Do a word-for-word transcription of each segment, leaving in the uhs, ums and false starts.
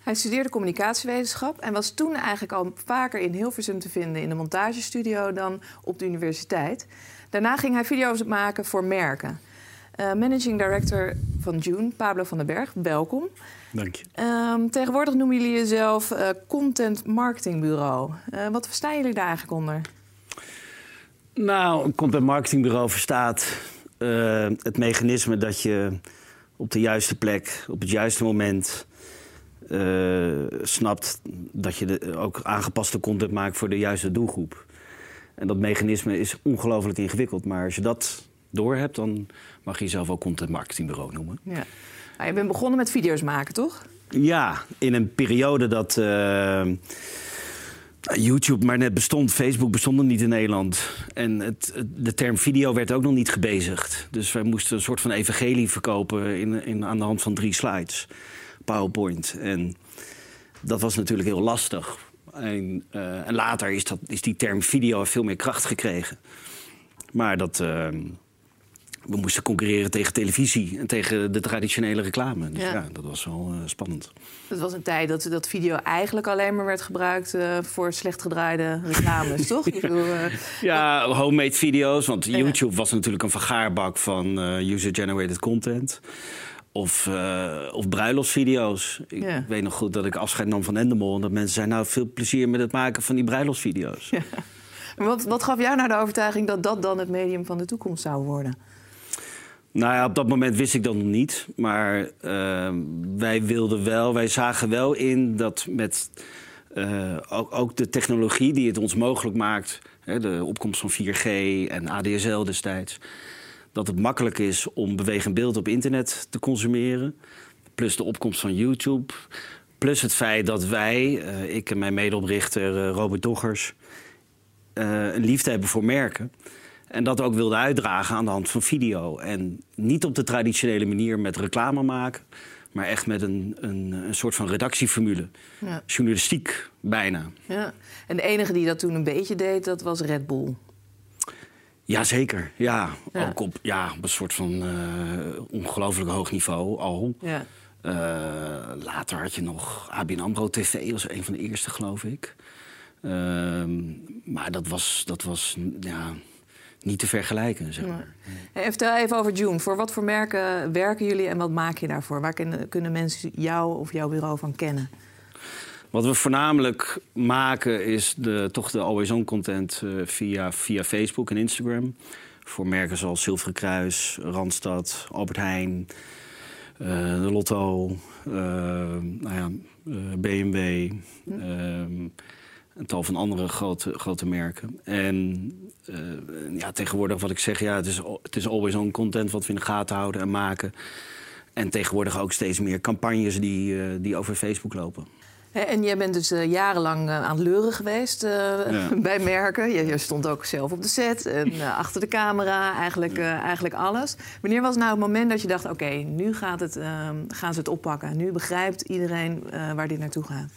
Hij studeerde communicatiewetenschap en was toen eigenlijk al vaker in Hilversum te vinden in de montagestudio dan op de universiteit. Daarna ging hij video's maken voor merken. Uh, managing director van June, Pablo van den Berg, welkom. Dank je. Um, tegenwoordig noemen jullie jezelf uh, Content Marketing Bureau. Uh, wat verstaan jullie daar eigenlijk onder? Nou, een Content Marketing Bureau verstaat uh, het mechanisme dat je op de juiste plek, op het juiste moment uh, snapt dat je de, ook aangepaste content maakt voor de juiste doelgroep. En dat mechanisme is ongelooflijk ingewikkeld, maar als je dat doorhebt, dan mag je jezelf ook Content Marketing Bureau noemen. Ja. Nou, je bent begonnen met video's maken, toch? Ja, in een periode dat uh, YouTube maar net bestond. Facebook bestond nog niet in Nederland. En het, het, de term video werd ook nog niet gebezigd. Dus wij moesten een soort van evangelie verkopen in, in, aan de hand van drie slides. PowerPoint. En dat was natuurlijk heel lastig. En, uh, en later is, dat, is die term video veel meer kracht gekregen. Maar dat... Uh, We moesten concurreren tegen televisie en tegen de traditionele reclame. Dus ja, ja dat was wel uh, spannend. Het was een tijd dat, dat video eigenlijk alleen maar werd gebruikt uh, voor slecht gedraaide reclames, toch? Ik bedoel, uh, ja, homemade video's. Want YouTube was natuurlijk een vergaarbak van uh, user-generated content. Of, uh, of bruiloftsvideo's. Ik ja. weet nog goed dat ik afscheid nam van Endemol. En dat mensen zeiden, nou, veel plezier met het maken van die bruiloftsvideo's. Ja. Wat, wat gaf jou nou de overtuiging dat dat dan het medium van de toekomst zou worden? Nou ja, op dat moment wist ik dat nog niet. Maar uh, wij wilden wel, wij zagen wel in dat met uh, ook, ook de technologie die het ons mogelijk maakt, hè, de opkomst van vier G en A D S L destijds, dat het makkelijk is om bewegend beeld op internet te consumeren. Plus de opkomst van YouTube. Plus het feit dat wij, uh, ik en mijn medeoprichter uh, Robert Doggers, uh, een liefde hebben voor merken. En dat ook wilde uitdragen aan de hand van video. En niet op de traditionele manier met reclame maken, maar echt met een, een, een soort van redactieformule. Ja. Journalistiek bijna. Ja. En de enige die dat toen een beetje deed, dat was Red Bull. Jazeker, ja. ja. Ook op, ja, op een soort van uh, ongelooflijk hoog niveau al. Ja. Uh, later had je nog A B N AMRO T V, was een van de eerste, geloof ik. Uh, maar dat was, dat was ja, niet te vergelijken, zeg maar. Ja. Hey, vertel even over June. Voor wat voor merken werken jullie en wat maak je daarvoor? Waar kunnen, kunnen mensen jou of jouw bureau van kennen? Wat we voornamelijk maken is de, toch de always-on content uh, via, via Facebook en Instagram. Voor merken zoals Zilveren Kruis, Randstad, Albert Heijn, uh, de Lotto, uh, nou ja, uh, B M W, uh, een tal van andere grote, grote merken. En uh, ja, tegenwoordig wat ik zeg, ja, het is, het is always-on content wat we in de gaten houden en maken. En tegenwoordig ook steeds meer campagnes die, uh, die over Facebook lopen. En jij bent dus uh, jarenlang uh, aan het leuren geweest uh, ja. bij merken. Je, je stond ook zelf op de set en uh, achter de camera, eigenlijk, uh, eigenlijk alles. Wanneer was nou het moment dat je dacht, oké, okay, nu gaat het, uh, gaan ze het oppakken. Nu begrijpt iedereen uh, waar dit naartoe gaat.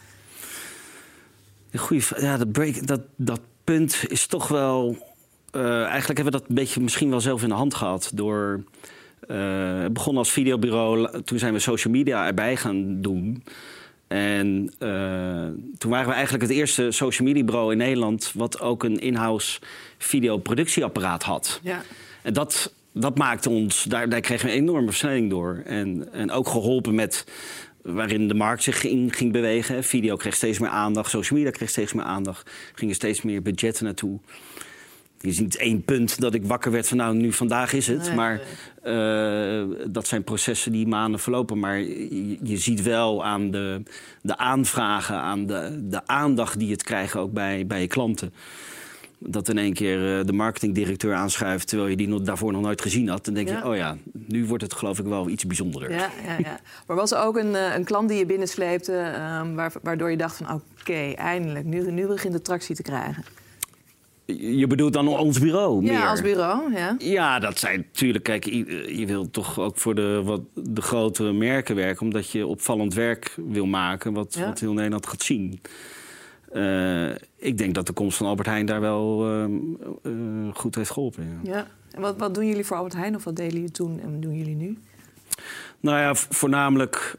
Goeie, ja, dat, break, dat, dat punt is toch wel... Uh, eigenlijk hebben we dat een beetje misschien wel zelf in de hand gehad. Door, uh, begonnen als videobureau, toen zijn we social media erbij gaan doen. En uh, toen waren we eigenlijk het eerste social media bureau in Nederland wat ook een in-house videoproductieapparaat had. Ja. En dat, dat maakte ons, daar, daar kregen we een enorme versnelling door. En, en ook geholpen met waarin de markt zich ging, ging bewegen. Video kreeg steeds meer aandacht, social media kreeg steeds meer aandacht. Gingen steeds meer budgetten naartoe. Het is niet één punt dat ik wakker werd van nou, nu vandaag is het. Nee, maar uh, dat zijn processen die maanden verlopen. Maar je, je ziet wel aan de, de aanvragen, aan de, de aandacht die het krijgen ook bij, bij je klanten. Dat in één keer uh, de marketingdirecteur aanschuift terwijl je die nog, daarvoor nog nooit gezien had. Dan denk je, ja. oh ja, nu wordt het geloof ik wel iets bijzonderder. Ja, ja, ja. Maar was er ook een, een klant die je binnensleepte um, waardoor je dacht van oké, okay, eindelijk, nu, nu begint het tractie te krijgen? Je bedoelt dan ons bureau meer? Ja, als bureau, ja. Ja, dat zijn natuurlijk... Kijk, je, je wilt toch ook voor de, wat, de grote merken werken, omdat je opvallend werk wil maken wat, ja. wat heel Nederland gaat zien. Uh, ik denk dat de komst van Albert Heijn daar wel uh, uh, goed heeft geholpen. Ja. Ja. En wat, wat doen jullie voor Albert Heijn of wat deden jullie toen en wat doen jullie nu? Nou ja, voornamelijk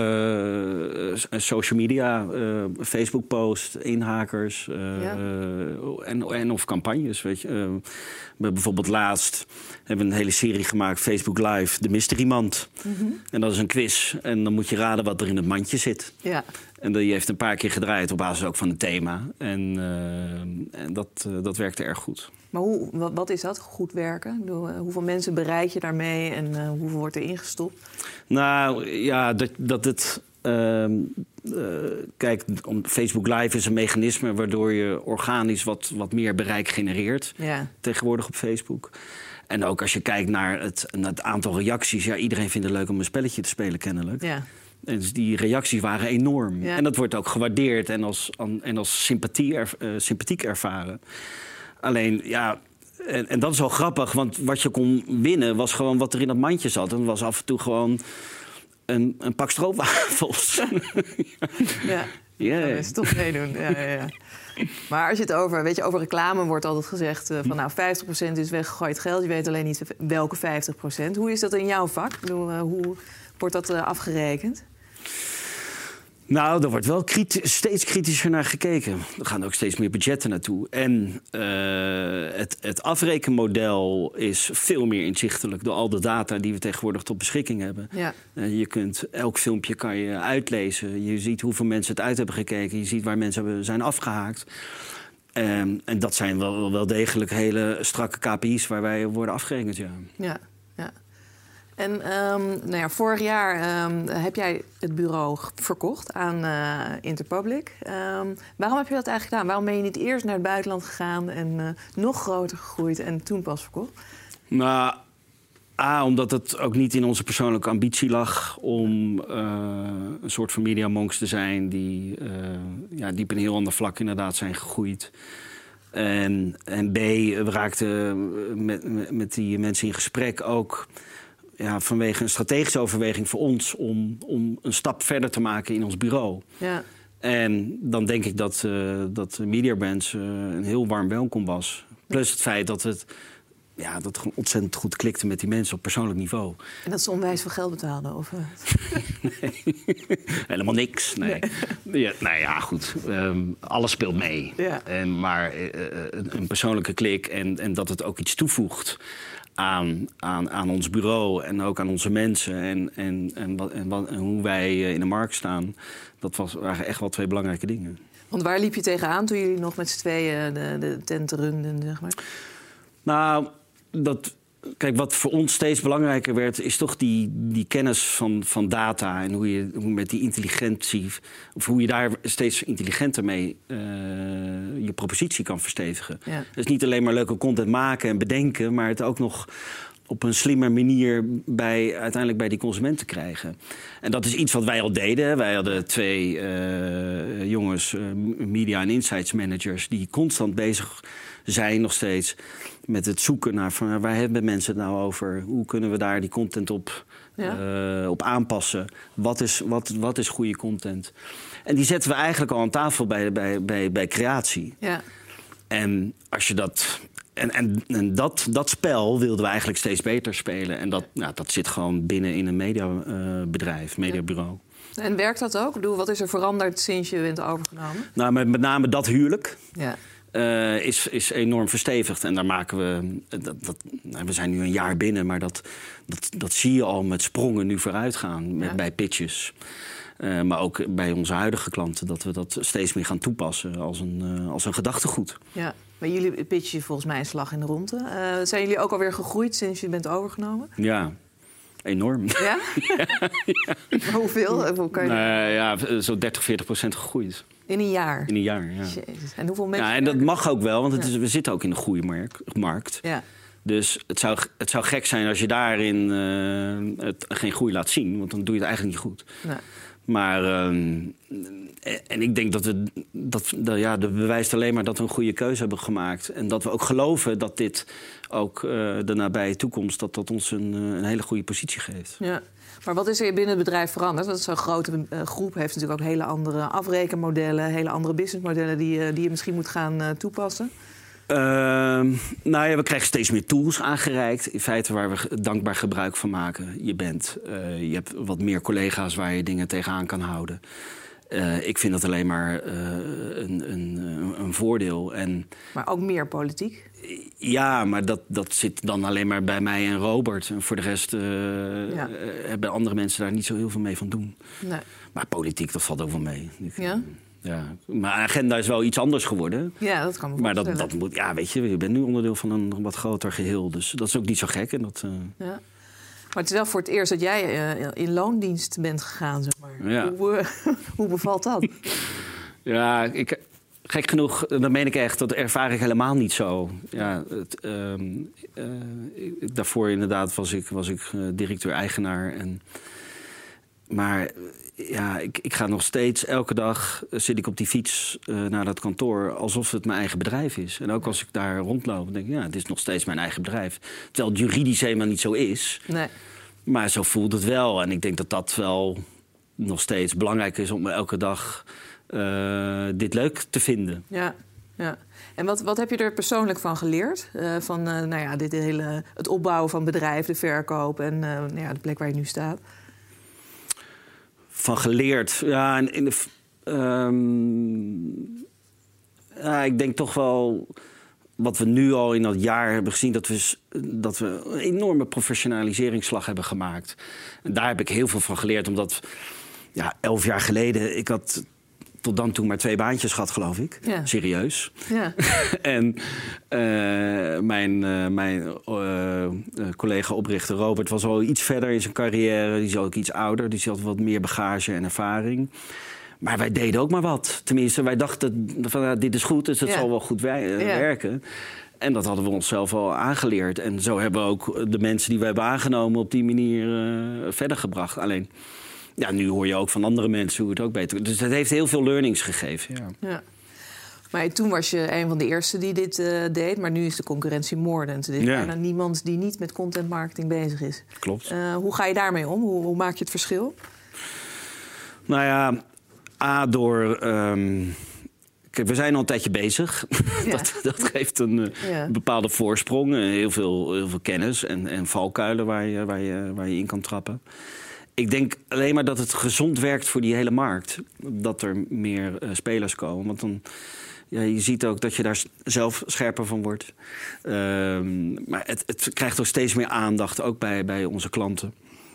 uh, social media, uh, Facebook-post, inhakers uh, ja. uh, en, en of campagnes. Weet je. Uh, we hebben bijvoorbeeld laatst hebben we een hele serie gemaakt, Facebook Live, de Mystery Mand. Mm-hmm. En dat is een quiz. En dan moet je raden wat er in het mandje zit. Ja. En die heeft een paar keer gedraaid op basis ook van het thema. En, uh, en dat, uh, dat werkte erg goed. Maar hoe, wat is dat, goed werken? Ik bedoel, hoeveel mensen bereik je daarmee en uh, hoeveel wordt er ingestopt? Nou ja, dat, dat het... Uh, uh, kijk, Facebook Live is een mechanisme waardoor je organisch wat, wat meer bereik genereert. Ja. Tegenwoordig op Facebook. En ook als je kijkt naar het, naar het aantal reacties. Ja, iedereen vindt het leuk om een spelletje te spelen kennelijk. Ja. En dus die reacties waren enorm. Ja. En dat wordt ook gewaardeerd en als, en als sympathie er, uh, sympathiek ervaren. Alleen, ja, en, en dat is wel grappig, want wat je kon winnen was gewoon wat er in dat mandje zat. En dat was af en toe gewoon een, een pak stroopwafels. Ja, yeah. Dat is toch meedoen. Ja, ja, ja. Maar als je het over, weet je, over reclame wordt altijd gezegd uh, van nou vijftig procent is weggegooid geld. Je weet alleen niet welke vijftig procent. Hoe is dat in jouw vak? Ik bedoel, uh, hoe wordt dat uh, afgerekend? Nou, er wordt wel kriti- steeds kritischer naar gekeken. Er gaan ook steeds meer budgetten naartoe. En uh, het, het afrekenmodel is veel meer inzichtelijk door al de data die we tegenwoordig tot beschikking hebben. Ja. Uh, je kunt, elk filmpje kan je uitlezen. Je ziet hoeveel mensen het uit hebben gekeken. Je ziet waar mensen hebben, zijn afgehaakt. Um, en dat zijn wel, wel degelijk hele strakke K P I's waar wij worden afgerekend, ja. Ja, ja. En um, nou ja, vorig jaar um, heb jij het bureau verkocht aan uh, Interpublic. Um, waarom heb je dat eigenlijk gedaan? Waarom ben je niet eerst naar het buitenland gegaan en uh, nog groter gegroeid en toen pas verkocht? Nou, A, omdat het ook niet in onze persoonlijke ambitie lag om uh, een soort van mediamonks te zijn die uh, ja, diep in een heel ander vlak inderdaad zijn gegroeid. En, en B, we raakten met, met die mensen in gesprek ook... Ja, vanwege een strategische overweging voor ons om, om een stap verder te maken in ons bureau. Ja. En dan denk ik dat, uh, dat Mediabrands uh, een heel warm welkom was. Plus het feit dat het, ja, dat het ontzettend goed klikte met die mensen op persoonlijk niveau. En dat ze onwijs veel geld betaalden? Of, uh... Nee, helemaal niks. Nee. Nee. Ja, nou ja, goed. Um, alles speelt mee. Ja. En, maar uh, een, een persoonlijke klik en, en dat het ook iets toevoegt... Aan, aan, aan ons bureau en ook aan onze mensen en, en, en, wat, en, wat, en hoe wij in de markt staan. Dat was, waren echt wel twee belangrijke dingen. Want waar liep je tegenaan toen jullie nog met z'n tweeën de, de tent runden, zeg maar? Nou, dat... Kijk, wat voor ons steeds belangrijker werd... is toch die, die kennis van, van data... en hoe je hoe met die intelligentie... of hoe je daar steeds intelligenter mee uh, je propositie kan verstevigen. Ja. Dus niet alleen maar leuke content maken en bedenken... maar het ook nog op een slimme manier bij, uiteindelijk bij die consumenten krijgen. En dat is iets wat wij al deden. Wij hadden twee uh, jongens, uh, media- en insights managers... die constant bezig zijn nog steeds... met het zoeken naar van, waar hebben mensen het nou over? Hoe kunnen we daar die content op, ja. uh, op aanpassen? Wat is, wat, wat is goede content? En die zetten we eigenlijk al aan tafel bij, bij, bij, bij creatie. Ja. En als je dat... En, en, en dat, dat spel wilden we eigenlijk steeds beter spelen. En dat, nou, dat zit gewoon binnen in een mediabedrijf, uh, mediabureau. Ja. En werkt dat ook? Ik bedoel, wat is er veranderd sinds je bent overgenomen? Nou, met, met name dat huwelijk. Ja. Uh, is, is enorm verstevigd. En daar maken we... Dat, dat, nou, we zijn nu een jaar binnen, maar dat, dat, dat zie je al met sprongen nu vooruit gaan. Met, ja. Bij pitches. Uh, maar ook bij onze huidige klanten. Dat we dat steeds meer gaan toepassen als een, uh, als een gedachtegoed. Ja, maar jullie pitchen volgens mij een slag in de ronde. Uh, zijn jullie ook alweer gegroeid sinds je bent overgenomen? Ja. Enorm. Ja? Ja, ja. Maar hoeveel? Hoe kan je... uh, ja, zo dertig, veertig procent gegroeid. In een jaar? In een jaar, ja. Jezus. En hoeveel mensen... Ja, en dat mag ook wel, want het is, we zitten ook in een goede markt. Ja. Dus het zou, het zou gek zijn als je daarin uh, het, geen groei laat zien. Want dan doe je het eigenlijk niet goed. Nee. Maar, uh, en ik denk dat we, dat, dat, ja, dat bewijst alleen maar dat we een goede keuze hebben gemaakt. En dat we ook geloven dat dit ook uh, de nabije toekomst, dat dat ons een, een hele goede positie geeft. Ja. Maar wat is er binnen het bedrijf veranderd? Dat is zo'n grote uh, groep, heeft natuurlijk ook hele andere afrekenmodellen, hele andere businessmodellen die, uh, die je misschien moet gaan uh, toepassen. Uh, nou ja, we krijgen steeds meer tools aangereikt. In feite waar we dankbaar gebruik van maken. Je, bent, uh, je hebt wat meer collega's waar je dingen tegenaan kan houden. Uh, ik vind dat alleen maar uh, een, een, een voordeel. En, maar ook meer politiek? Ja, maar dat, dat zit dan alleen maar bij mij en Robert. En voor de rest uh, ja. uh, hebben andere mensen daar niet zo heel veel mee van doen. Nee. Maar politiek, dat valt ook wel mee. Ja? Ja, mijn agenda is wel iets anders geworden. Ja, dat kan me Maar dat, dat moet, ja, weet je, je bent nu onderdeel van een wat groter geheel. Dus dat is ook niet zo gek. En dat, uh... ja. Maar het is wel voor het eerst dat jij uh, in loondienst bent gegaan, zeg maar. Ja. Hoe, uh, hoe bevalt dat? Ja, ik, gek genoeg, dat meen ik echt. Dat ervaar ik helemaal niet zo. Ja, het, uh, uh, daarvoor inderdaad was ik, was ik uh, directeur-eigenaar. En, maar ja, ik, ik ga nog steeds, elke dag zit ik op die fiets uh, naar dat kantoor alsof het mijn eigen bedrijf is. En ook als ik daar rondloop, denk ik, ja, het is nog steeds mijn eigen bedrijf. Terwijl het juridisch helemaal niet zo is. Nee. Maar zo voelt het wel. En ik denk dat dat wel nog steeds belangrijk is om elke dag uh, dit leuk te vinden. Ja, ja. En wat, wat heb je er persoonlijk van geleerd? Uh, van uh, nou ja, dit hele, het opbouwen van bedrijven, de verkoop en uh, nou ja, de plek waar je nu staat? Van geleerd. Ja, in, in de, um, ja, ik denk toch wel wat we nu al in dat jaar hebben gezien, dat we, dat we een enorme professionaliseringsslag hebben gemaakt. En daar heb ik heel veel van geleerd, omdat ja, elf jaar geleden, ik had tot dan toe maar twee baantjes gehad, geloof ik. Ja. Serieus. Ja. En uh, mijn, uh, mijn uh, collega-oprichter Robert was al iets verder in zijn carrière. Die is ook iets ouder, dus die had wat meer bagage en ervaring. Maar wij deden ook maar wat. Tenminste, wij dachten van uh, dit is goed, dus het ja. zal wel goed wij- uh, ja. werken. En dat hadden we onszelf al aangeleerd. En zo hebben we ook de mensen die we hebben aangenomen op die manier uh, verder gebracht. Alleen, ja, nu hoor je ook van andere mensen hoe het ook beter. Dus dat heeft heel veel learnings gegeven. Ja. Ja. Maar toen was je een van de eerste die dit uh, deed, maar nu is de concurrentie moordend. Er is ja. bijna niemand die niet met content marketing bezig is. Klopt. Uh, hoe ga je daarmee om? Hoe, hoe maak je het verschil? Nou ja, A, door... Um, kijk, we zijn al een tijdje bezig. Ja. dat, dat geeft een uh, ja. bepaalde voorsprong. Uh, heel, veel, heel veel kennis en, en valkuilen waar je, waar, je, waar je in kan trappen. Ik denk alleen maar dat het gezond werkt voor die hele markt. Dat er meer uh, spelers komen. Want dan, ja, je ziet ook dat je daar zelf scherper van wordt. Uh, maar het, het krijgt ook steeds meer aandacht, ook bij, bij onze klanten.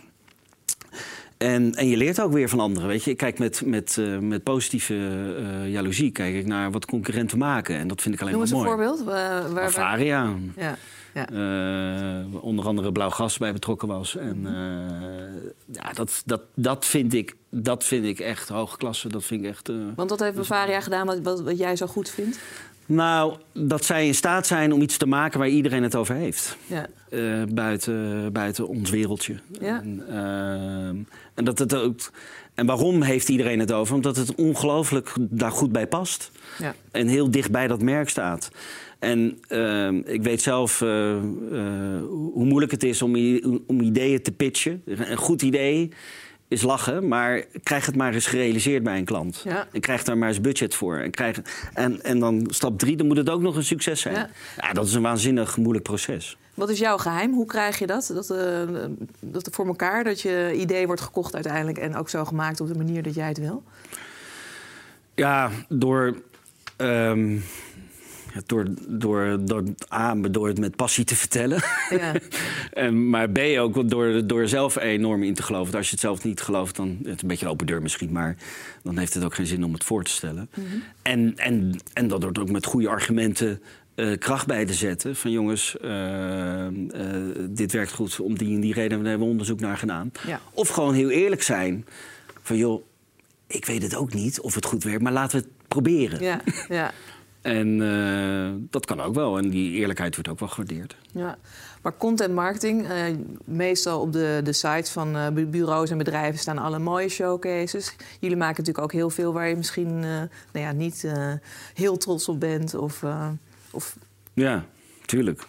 En, en je leert ook weer van anderen, weet je. Ik kijk met, met, uh, met positieve uh, jaloezie kijk ik naar wat concurrenten maken. En dat vind ik alleen maar mooi. Noem eens een voorbeeld. Waar, waar, Avaria. Ja. Ja. Uh, onder andere Blauw Gas bij betrokken was. En uh, ja, dat, dat, dat, vind ik, dat vind ik echt hoge klasse. Dat vind ik echt, uh, Want wat heeft Bavaria gedaan wat, wat, wat jij zo goed vindt? Nou, dat zij in staat zijn om iets te maken waar iedereen het over heeft. Ja. Uh, buiten, buiten ons wereldje. Ja. En, uh, en, dat het ook, en waarom heeft iedereen het over? Omdat het ongelooflijk daar goed bij past. Ja. En heel dicht bij dat merk staat. En uh, ik weet zelf uh, uh, hoe moeilijk het is om, om ideeën te pitchen. Een goed idee is lachen, maar krijg het maar eens gerealiseerd bij een klant. Ja. En krijg daar maar eens budget voor. En, krijg, en, en dan stap drie, dan moet het ook nog een succes zijn. Ja. Ja, dat is een waanzinnig moeilijk proces. Wat is jouw geheim? Hoe krijg je dat? Dat, uh, dat voor elkaar, dat je idee wordt gekocht uiteindelijk en ook zo gemaakt op de manier dat jij het wil? Ja, door... Um, Door, door, door, A, door het met passie te vertellen. Ja. en, maar B, ook door, door zelf enorm in te geloven. Als je het zelf niet gelooft, dan het is een beetje een open deur misschien, maar dan heeft het ook geen zin om het voor te stellen. Mm-hmm. En, en, en dat door ook met goede argumenten uh, kracht bij te zetten. Van jongens, uh, uh, dit werkt goed om die en die reden. Daar hebben we onderzoek naar gedaan. Ja. Of gewoon heel eerlijk zijn. Van joh, ik weet het ook niet of het goed werkt, maar laten we het proberen. Ja, ja. En uh, dat kan ook wel. En die eerlijkheid wordt ook wel gewaardeerd. Ja. Maar content marketing, uh, meestal op de, de sites van uh, bureaus en bedrijven staan alle mooie showcases. Jullie maken natuurlijk ook heel veel waar je misschien uh, nou ja, niet uh, heel trots op bent. Of, uh, of... Ja, tuurlijk.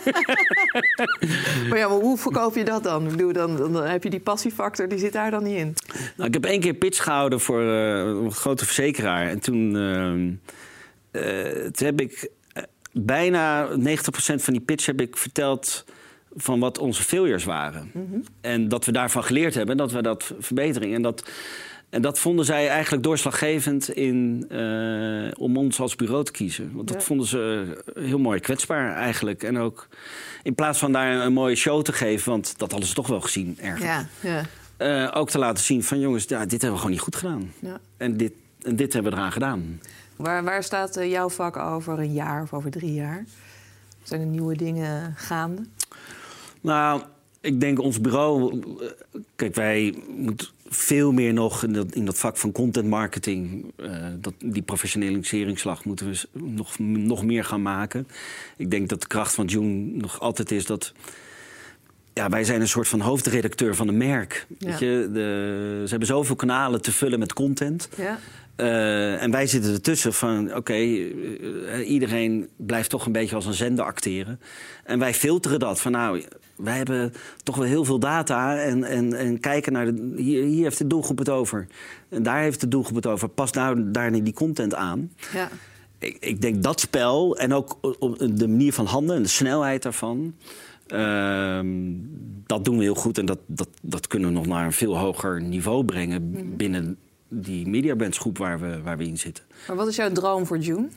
maar ja, maar hoe verkoop je dat dan? Ik bedoel, dan, dan heb je die passiefactor, die zit daar dan niet in. Nou, ik heb één keer pitch gehouden voor uh, een grote verzekeraar. En toen... Uh, Uh, toen heb ik bijna negentig procent van die pitch heb ik verteld van wat onze failures waren. Mm-hmm. En dat we daarvan geleerd hebben en dat we dat verbeteren. En dat, en dat vonden zij eigenlijk doorslaggevend in, uh, om ons als bureau te kiezen. Want dat ja. vonden ze heel mooi kwetsbaar eigenlijk. En ook in plaats van daar een mooie show te geven, want dat hadden ze toch wel gezien ergens. Ja, ja. Uh, ook te laten zien van jongens, ja, dit hebben we gewoon niet goed gedaan. Ja. En, dit, en dit hebben we eraan gedaan. Waar, waar staat uh, jouw vak over een jaar of over drie jaar? Zijn er nieuwe dingen gaande? Nou, ik denk ons bureau... Kijk, wij moeten veel meer nog in dat, in dat vak van content marketing... Uh, dat, die professionaliseringsslag moeten we nog, nog meer gaan maken. Ik denk dat de kracht van Joon nog altijd is dat... Ja, wij zijn een soort van hoofdredacteur van een merk. Ja. Weet je? De, ze hebben zoveel kanalen te vullen met content... Ja. Uh, en wij zitten ertussen van, oké, okay, uh, iedereen blijft toch een beetje als een zender acteren. En wij filteren dat van, nou, wij hebben toch wel heel veel data... en, en, en kijken naar, de, hier, hier heeft de doelgroep het over. En daar heeft de doelgroep het over. Pas nou daar die content aan. Ja. Ik, ik denk dat spel en ook de manier van handelen en de snelheid daarvan... Uh, dat doen we heel goed en dat, dat, dat kunnen we nog naar een veel hoger niveau brengen... Mm-hmm. binnen die mediabrandsgroep waar we, waar we in zitten. Maar wat is jouw droom voor Joon?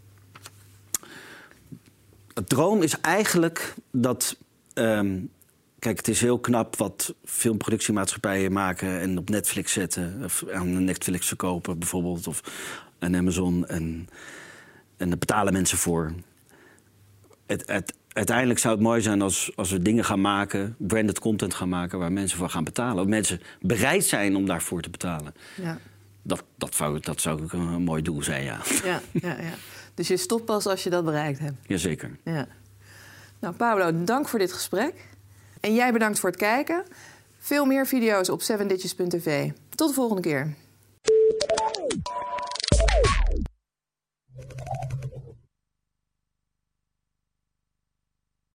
Het droom is eigenlijk dat... Um, kijk, het is heel knap wat filmproductiemaatschappijen maken... en op Netflix zetten, of aan Netflix verkopen bijvoorbeeld... of aan Amazon, en, en daar betalen mensen voor. Het, het, uiteindelijk zou het mooi zijn als, als we dingen gaan maken... branded content gaan maken waar mensen voor gaan betalen. Of mensen bereid zijn om daarvoor te betalen. Ja. Dat, dat, zou, dat zou ook een mooi doel zijn, ja. Ja, ja, ja. Dus je stopt pas als je dat bereikt hebt? Jazeker. Ja. Nou, Pablo, dank voor dit gesprek. En jij bedankt voor het kijken. Veel meer video's op zeven digits punt t v. Tot de volgende keer.